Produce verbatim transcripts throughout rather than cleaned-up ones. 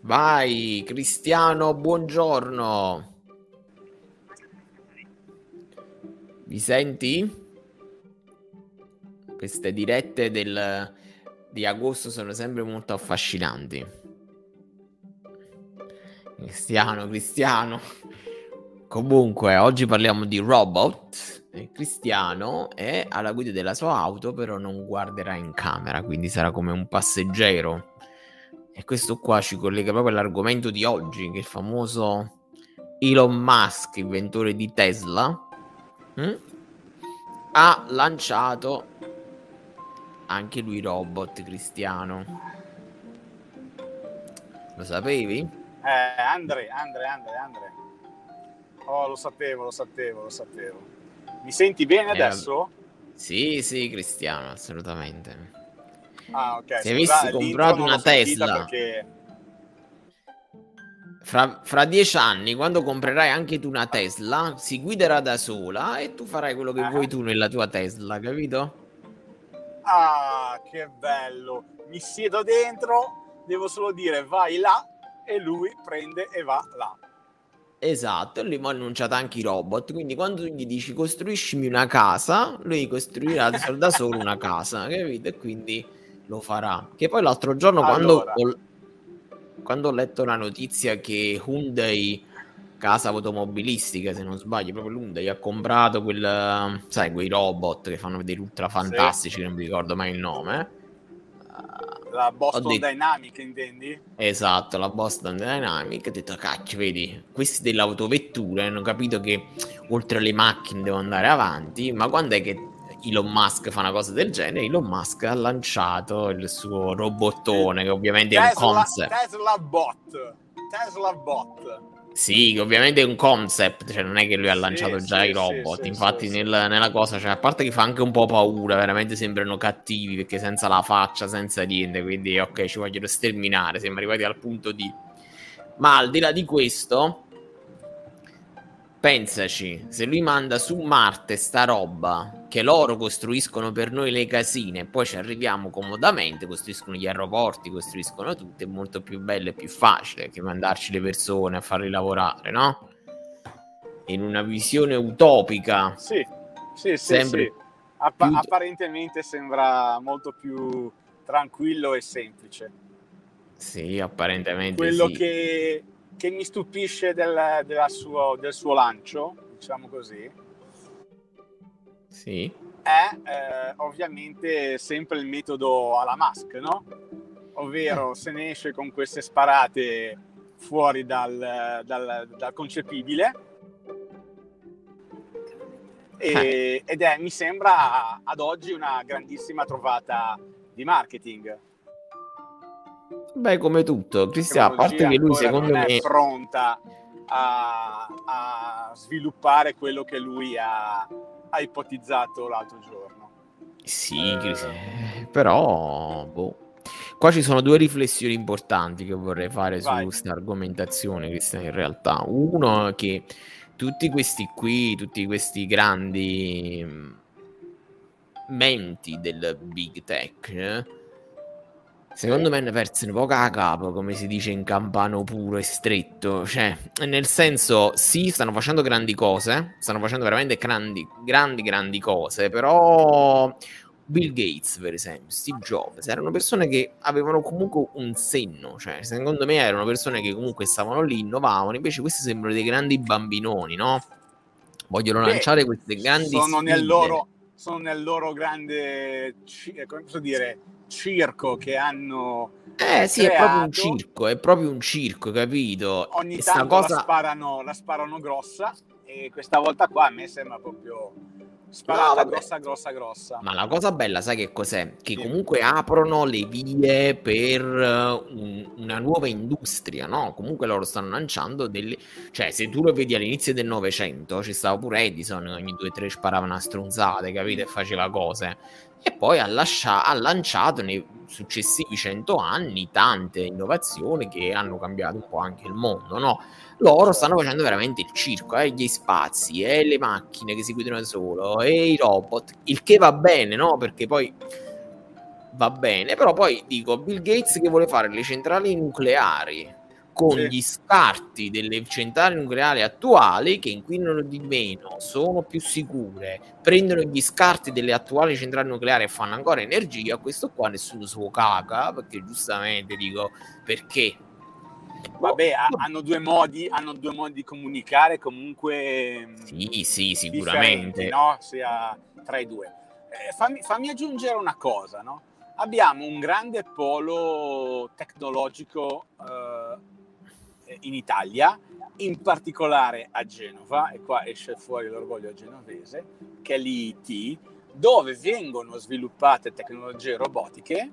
Vai, Cristiano, buongiorno. Mi senti? Queste dirette del, di agosto sono sempre molto affascinanti. Cristiano, Cristiano. Comunque, oggi parliamo di robot. Cristiano è alla guida della sua auto, però non guarderà in camera, quindi sarà come un passeggero. E questo qua ci collega proprio all'argomento di oggi, che è il famoso Elon Musk, inventore di Tesla, hm? ha lanciato anche lui robot, Cristiano. Lo sapevi? Eh, Andre, Andre, Andre, Andre. Oh, lo sapevo, lo sapevo, lo sapevo. Mi senti bene Eh, adesso? Sì, sì, Cristiano, assolutamente. Ah, ok. Se Scusa, avessi l'intro comprato non una l'ho sentita Tesla perché... fra, fra dieci anni, quando comprerai anche tu una Tesla, si guiderà da sola e tu farai quello che vuoi Eh? tu nella tua Tesla, capito? Ah, che bello. Mi siedo dentro, devo solo dire vai là e lui prende e va là. Esatto, e lui mi ha annunciato anche i robot, quindi quando tu gli dici costruiscimi una casa, lui costruirà da solo una casa, capito? E quindi lo farà. Che poi l'altro giorno quando Allora, ho, quando ho letto la notizia che Hyundai, casa automobilistica se non sbaglio, proprio l'Hyundai ha comprato quel, sai, quei robot che fanno vedere ultra sì, fantastici, non mi ricordo mai il nome. la Ho Boston detto, Dynamic intendi? esatto, la Boston Dynamic, ho detto, cacchio, vedi, questi delle autovetture hanno capito che oltre alle macchine devono andare avanti, ma quando è che Elon Musk fa una cosa del genere? Elon Musk ha lanciato il suo Il robottone, che ovviamente è un Tesla, concept. Tesla Bot. Tesla Bot. Sì, che ovviamente è un concept, cioè non è che lui ha Sì, lanciato già i sì, sì, robot, sì, sì, infatti sì. nel- nella cosa, cioè a parte che fa anche un po' paura, veramente sembrano cattivi perché senza la faccia, senza niente, quindi ok, ci vogliono sterminare, siamo arrivati al punto di... Ma al di là di questo, pensaci, se lui manda su Marte sta roba, che loro costruiscono per noi le casine, poi ci arriviamo comodamente, costruiscono gli aeroporti, costruiscono tutto, è molto più bello e più facile che mandarci le persone a farli lavorare, no? In una visione utopica, Sì, sì, sì, sempre sì. App- più... apparentemente sembra molto più tranquillo e semplice. Sì, apparentemente Quello sì. che, che mi stupisce del, della suo- del suo lancio, diciamo così, Sì. è eh, ovviamente sempre il metodo alla Musk, no? Eh. Ovvero se ne esce con queste sparate fuori dal, dal, dal concepibile Eh. e, ed è, mi sembra, ad oggi una grandissima trovata di marketing. Beh, come tutto, La Cristiano, a parte tecnologia che lui ancora secondo non è me... pronta a, a sviluppare quello che lui ha, ha ipotizzato l'altro giorno. Sì, Cris- Eh, eh, però, boh. Qua ci sono due riflessioni importanti che vorrei fare su vai. questa argomentazione, Cristiano, in realtà. Uno è che tutti questi qui, tutti questi grandi mm, menti del big tech, eh, Sì? secondo me ne persero poco a capo, come si dice in campano puro e stretto. Cioè, nel senso, sì, stanno facendo grandi cose, stanno facendo veramente grandi, grandi, grandi cose, però Bill Gates, per esempio, Steve Jobs, erano persone che avevano comunque un senno, cioè, secondo me erano persone che comunque stavano lì, innovavano, invece questi sembrano dei grandi bambinoni, no? Vogliono Beh, lanciare queste grandi sono nel sfide. loro, sono nel loro grande, ci- come posso dire, circo che hanno Eh eh, sì, è proprio un creato. circo, è proprio un circo, capito? Ogni E sta tanto la cosa... sparano, la sparano grossa e questa volta qua a me sembra proprio No, sparata vabbè. grossa, grossa, grossa. Ma la cosa bella, sai che cos'è? Che Dimmi. comunque aprono le vie per uh, un- una nuova industria, no? Comunque loro stanno lanciando delle... Cioè, se tu lo vedi all'inizio del Novecento, ci stava pure Edison, ogni due o tre sparava una stronzata, capito? Mm. E faceva cose. E poi ha, lascia- ha lanciato nei successivi cento anni tante innovazioni che hanno cambiato un po' anche il mondo, no? Loro stanno Certo. facendo veramente il circo, eh, gli spazi, e eh, le macchine che si guidano da solo, e i robot, il che va bene, no? Perché poi va bene, però poi dico, Bill Gates che vuole fare le centrali nucleari, con Sì. gli scarti delle centrali nucleari attuali, che inquinano di meno, sono più sicure, prendono gli scarti delle attuali centrali nucleari e fanno ancora energia, questo qua nessuno se lo caga, perché giustamente dico, perché? Vabbè, Oh, hanno due modi, hanno due modi di comunicare comunque sì, sì, differenti, sicuramente. no? Sia tra i due. Eh, fammi, fammi aggiungere una cosa, no? Abbiamo un grande polo tecnologico eh, in Italia, in particolare a Genova, e qua esce fuori l'orgoglio genovese, che è l'I T, dove vengono sviluppate tecnologie robotiche.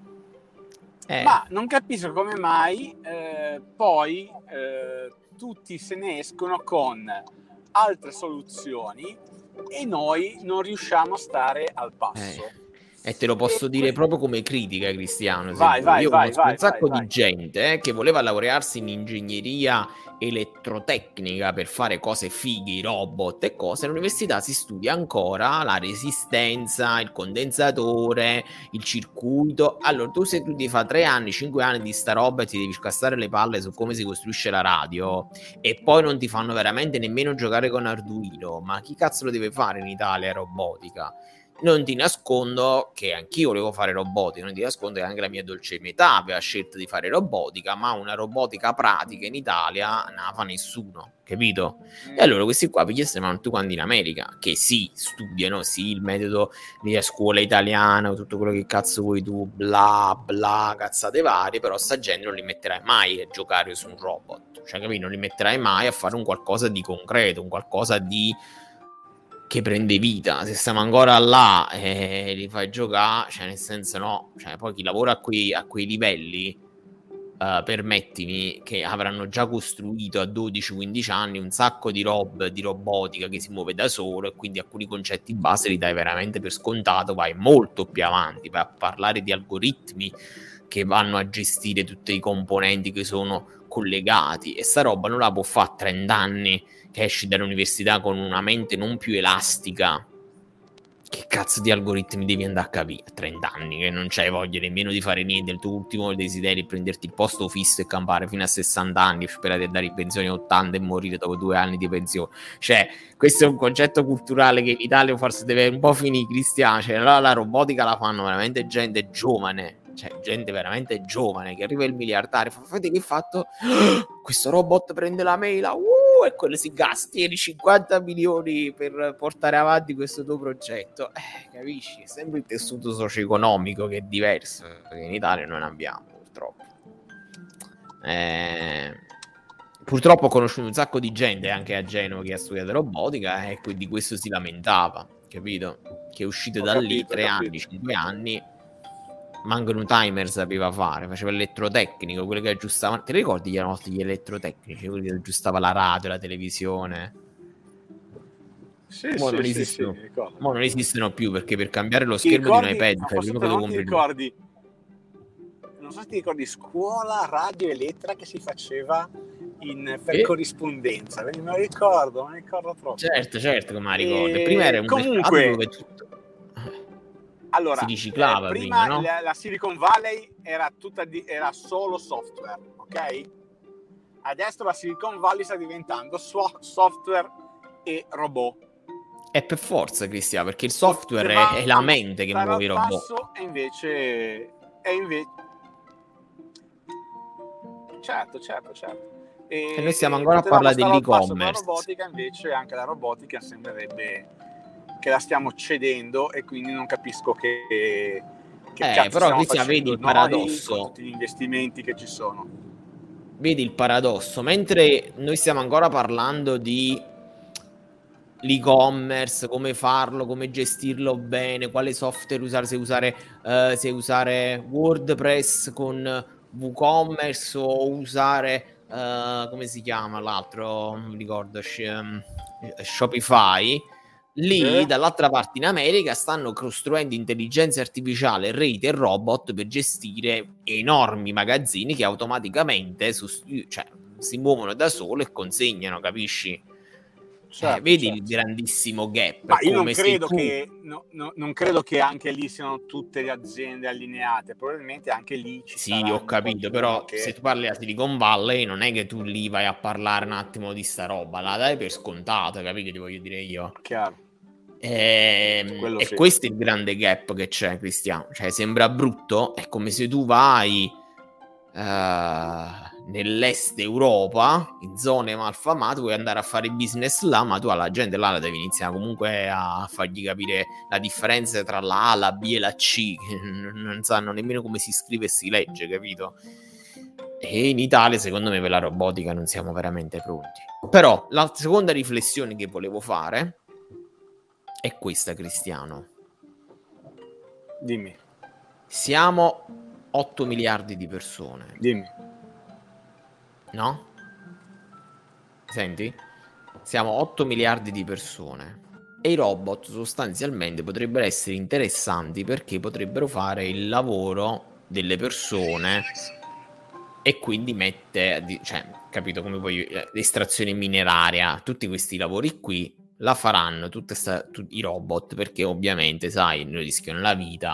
Eh. Ma non capisco come mai eh, poi eh, tutti se ne escono con altre soluzioni e noi non riusciamo a stare al passo. Eh. E te lo posso e dire que- proprio come critica, Cristiano. Se vai, vuoi. vai, Io vai, conosco vai, un sacco vai, di vai. gente eh, che voleva laurearsi in ingegneria elettrotecnica per fare cose fighe, i robot e cose. All'università si studia ancora la resistenza, il condensatore, il circuito. Allora, tu se tu ti fa tre anni, cinque anni di sta roba e ti devi scassare le palle su come si costruisce la radio e poi non ti fanno veramente nemmeno giocare con Arduino, ma chi cazzo lo deve fare in Italia robotica? Non ti nascondo che anch'io volevo fare robotica, non ti nascondo che anche la mia dolce metà aveva scelto di fare robotica, ma una robotica pratica in Italia non la fa nessuno, capito? Mm. E allora questi qua pigliassero tutti quanti in America, che sì, studiano, sì, il metodo di scuola italiana, tutto quello che cazzo vuoi tu, bla bla, cazzate varie, però sta gente non li metterai mai a giocare su un robot, cioè capito? Non li metterai mai a fare un qualcosa di concreto, un qualcosa di... che prende vita. Se stiamo ancora là e li fai giocare, cioè nel senso no, cioè poi chi lavora a quei, a quei livelli, uh, permettimi, che avranno già costruito a dodici quindici anni un sacco di rob di robotica che si muove da solo e quindi alcuni concetti base li dai veramente per scontato, vai molto più avanti, vai a parlare di algoritmi che vanno a gestire tutti i componenti che sono collegati, e sta roba non la può fare a trenta anni che esci dall'università con una mente non più elastica. Che cazzo di algoritmi devi andare a capire a trenta anni, che non c'hai voglia nemmeno di fare niente, il tuo ultimo desiderio è prenderti il posto fisso e campare fino a sessanta anni, sperare di dare in pensione a ottanta e morire dopo due anni di pensione. Cioè, questo è un concetto culturale che in Italia forse deve un po' finire, Cristiano. Cioè, la, la robotica la fanno veramente gente giovane, cioè gente veramente giovane, che arriva il miliardario, fa, fate che fatto? Questo robot prende la mail, uh, e quello si gastieri cinquanta milioni per portare avanti questo tuo progetto. Eh, capisci? È sempre il tessuto socio-economico che è diverso, che in Italia non abbiamo, purtroppo. Eh, purtroppo ho conosciuto un sacco di gente anche a Genova che ha studiato robotica e di questo si lamentava, capito? Che è uscito Ho da capito, lì tre anni, cinque anni, manco un timer sapeva fare, faceva l'elettrotecnico, quello che aggiustava. Ti ricordi gli nostri gli elettrotecnici, quelli che aggiustava la radio, la televisione? Sì, Mo sì, non sì, esistono, sì, mo non esistono più, perché per cambiare lo ti schermo ricordi, di un iPad ma fai forse prima te che lo non ti compri. ricordi, non so se ti ricordi, scuola radio elettra che si faceva in, per E... corrispondenza, me lo ricordo, me lo ricordo troppo. Certo, certo che me la ricordo. E... Prima E... era un comunque, mercato dove tutto allora, si riciclava, eh, prima, prima no? la, la Silicon Valley era, tutta di, era solo software, ok? Adesso la Silicon Valley sta diventando so- software e robot. È per forza, Cristiano, perché il software che va è, è la a mente che muove i al robot. passo e invece è invece certo, certo, certo. E, E noi stiamo ancora a parlare dell'e-commerce. La robotica invece, anche la robotica sembrerebbe che la stiamo cedendo e quindi non capisco che, che eh, cazzo però stiamo Cristiano, vedi il paradosso, con tutti gli investimenti che ci sono. Vedi il paradosso, mentre noi stiamo ancora parlando di l'e-commerce, come farlo, come gestirlo bene, quale software usare, se usare, uh, se usare WordPress con WooCommerce o usare, uh, come si chiama l'altro, non mi ricordo, sh- Shopify. Lì, Sì. dall'altra parte in America, stanno costruendo intelligenza artificiale, reti e robot per gestire enormi magazzini che automaticamente sostitu- cioè, si muovono da solo e consegnano, capisci? Certo, eh, vedi certo. il grandissimo gap. Ma io non come credo, tu... che, no, no, non credo che anche lì siano tutte le aziende allineate, probabilmente anche lì ci Sì, ho capito, però che... se tu parli a Silicon Valley non è che tu lì vai a parlare un attimo di sta roba, la dai per scontata, capi che ti voglio dire io? Chiaro. E, e sì. questo è il grande gap che c'è, Cristiano. Cioè, sembra brutto, è come se tu vai uh, nell'est Europa, in zone malfamate, vuoi andare a fare business là, ma tu alla gente là la devi iniziare comunque a fargli capire la differenza tra la A, la B e la C, che non sanno nemmeno come si scrive e si legge, capito? E in Italia, secondo me, per la robotica non siamo veramente pronti. Però la seconda riflessione che volevo fare è questa, Cristiano. Dimmi. Siamo otto miliardi di persone. Dimmi. No? Senti? Siamo otto miliardi di persone. E i robot sostanzialmente potrebbero essere interessanti perché potrebbero fare il lavoro delle persone e quindi mette, cioè, capito come poi estrazione mineraria, tutti questi lavori qui la faranno tutti i robot, perché ovviamente, sai, noi rischiano la vita.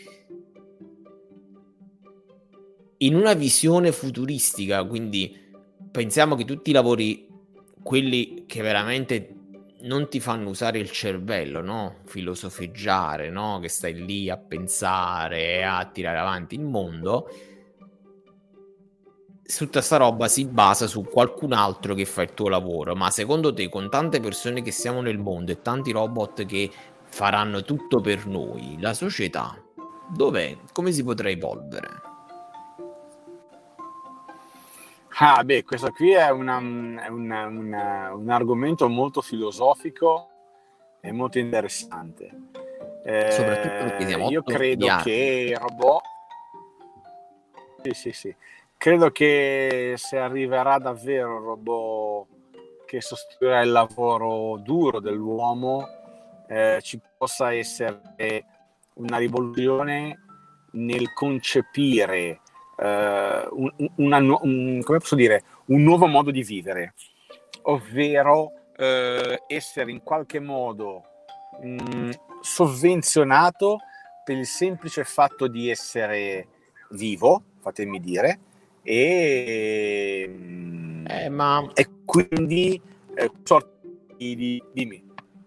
In una visione futuristica, quindi pensiamo che tutti i lavori, quelli che veramente non ti fanno usare il cervello, no? Filosofeggiare, no? Che stai lì a pensare, a tirare avanti il mondo, tutta sta roba si basa su qualcun altro che fa il tuo lavoro. Ma secondo te, con tante persone che siamo nel mondo e tanti robot che faranno tutto per noi, la società dov'è? Come si potrà evolvere? Ah, beh, questo qui è, una, è una, una, un argomento molto filosofico e molto interessante. Eh, Soprattutto perché siamo io otto credo miliardi. che il robot... Sì, sì, sì. Credo che se arriverà davvero il robot che sostituirà il lavoro duro dell'uomo, eh, ci possa essere una rivoluzione nel concepire uh, un, una, un, come posso dire, un nuovo modo di vivere, ovvero uh, essere in qualche modo mh, sovvenzionato per il semplice fatto di essere vivo, fatemi dire, e, eh, ma... e quindi eh, sorta di, di dimmi.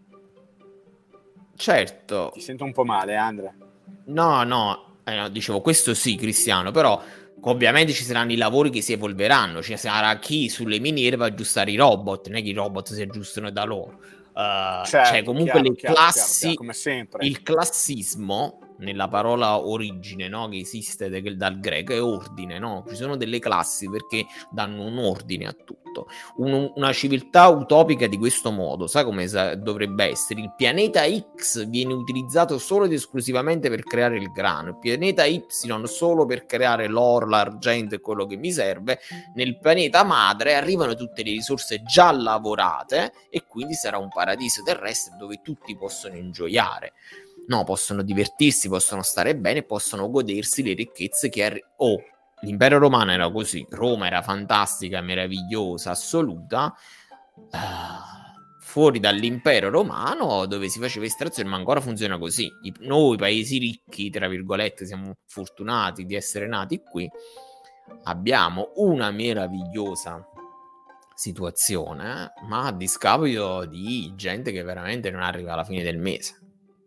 Certo. Ti sento un po' male, Andrea. No, no, eh, no, dicevo questo sì, Cristiano, però ovviamente ci saranno i lavori che si evolveranno, ci sarà chi sulle miniere va a aggiustare i robot, non è che i robot si aggiustano da loro. Uh, certo, cioè comunque chiaro, le chiaro, classi, chiaro, chiaro, come sempre. Il classismo nella parola origine, no, che esiste de- dal greco è ordine, no? Ci sono delle classi perché danno un ordine a tutto. Un, una civiltà utopica di questo modo, sai come sa- dovrebbe essere? Il pianeta X viene utilizzato solo ed esclusivamente per creare il grano, il pianeta Y solo per creare l'oro, l'argento e quello che mi serve. Nel pianeta madre arrivano tutte le risorse già lavorate e quindi sarà un paradiso terrestre dove tutti possono ingioiare. No, possono divertirsi, possono stare bene, possono godersi le ricchezze che arri- oh, l'impero romano era così, Roma era fantastica, meravigliosa, assoluta. Uh, fuori dall'impero romano, dove si faceva estrazione, ma ancora funziona così. I, noi paesi ricchi, tra virgolette, siamo fortunati di essere nati qui, abbiamo una meravigliosa situazione, ma a discapito di gente che veramente non arriva alla fine del mese.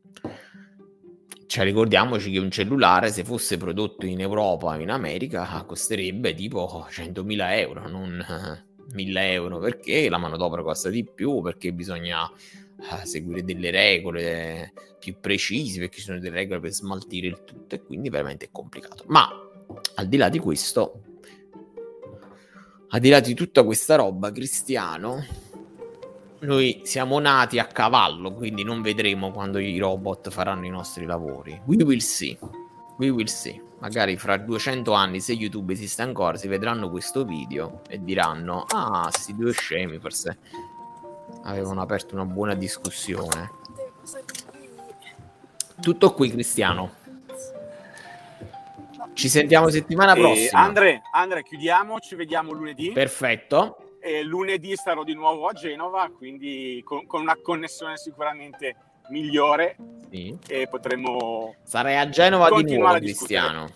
Cioè, ricordiamoci che un cellulare, se fosse prodotto in Europa o in America, costerebbe tipo centomila euro, non mille euro, perché la manodopera costa di più, perché bisogna uh, seguire delle regole più precise, perché ci sono delle regole per smaltire il tutto, e quindi veramente è complicato. Ma al di là di questo, al di là di tutta questa roba, Cristiano, noi siamo nati a cavallo, quindi non vedremo quando i robot faranno i nostri lavori. We will see. We will see. Magari fra duecento anni, se YouTube esiste ancora, si vedranno questo video e diranno: ah, sti due scemi forse avevano aperto una buona discussione. Tutto qui, Cristiano. Ci sentiamo settimana prossima. Andre, Andre, chiudiamo, ci vediamo lunedì. Perfetto. E lunedì sarò di nuovo a Genova, quindi con, con una connessione sicuramente migliore, sì. E potremo sarai a Genova di nuovo, a Cristiano.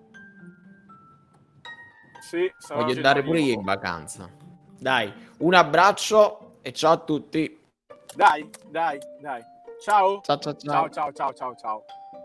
Sì, voglio andare pure io in vacanza. Dai, un abbraccio e ciao a tutti. Dai, dai, dai. Ciao. Ciao ciao ciao. Ciao ciao ciao ciao ciao.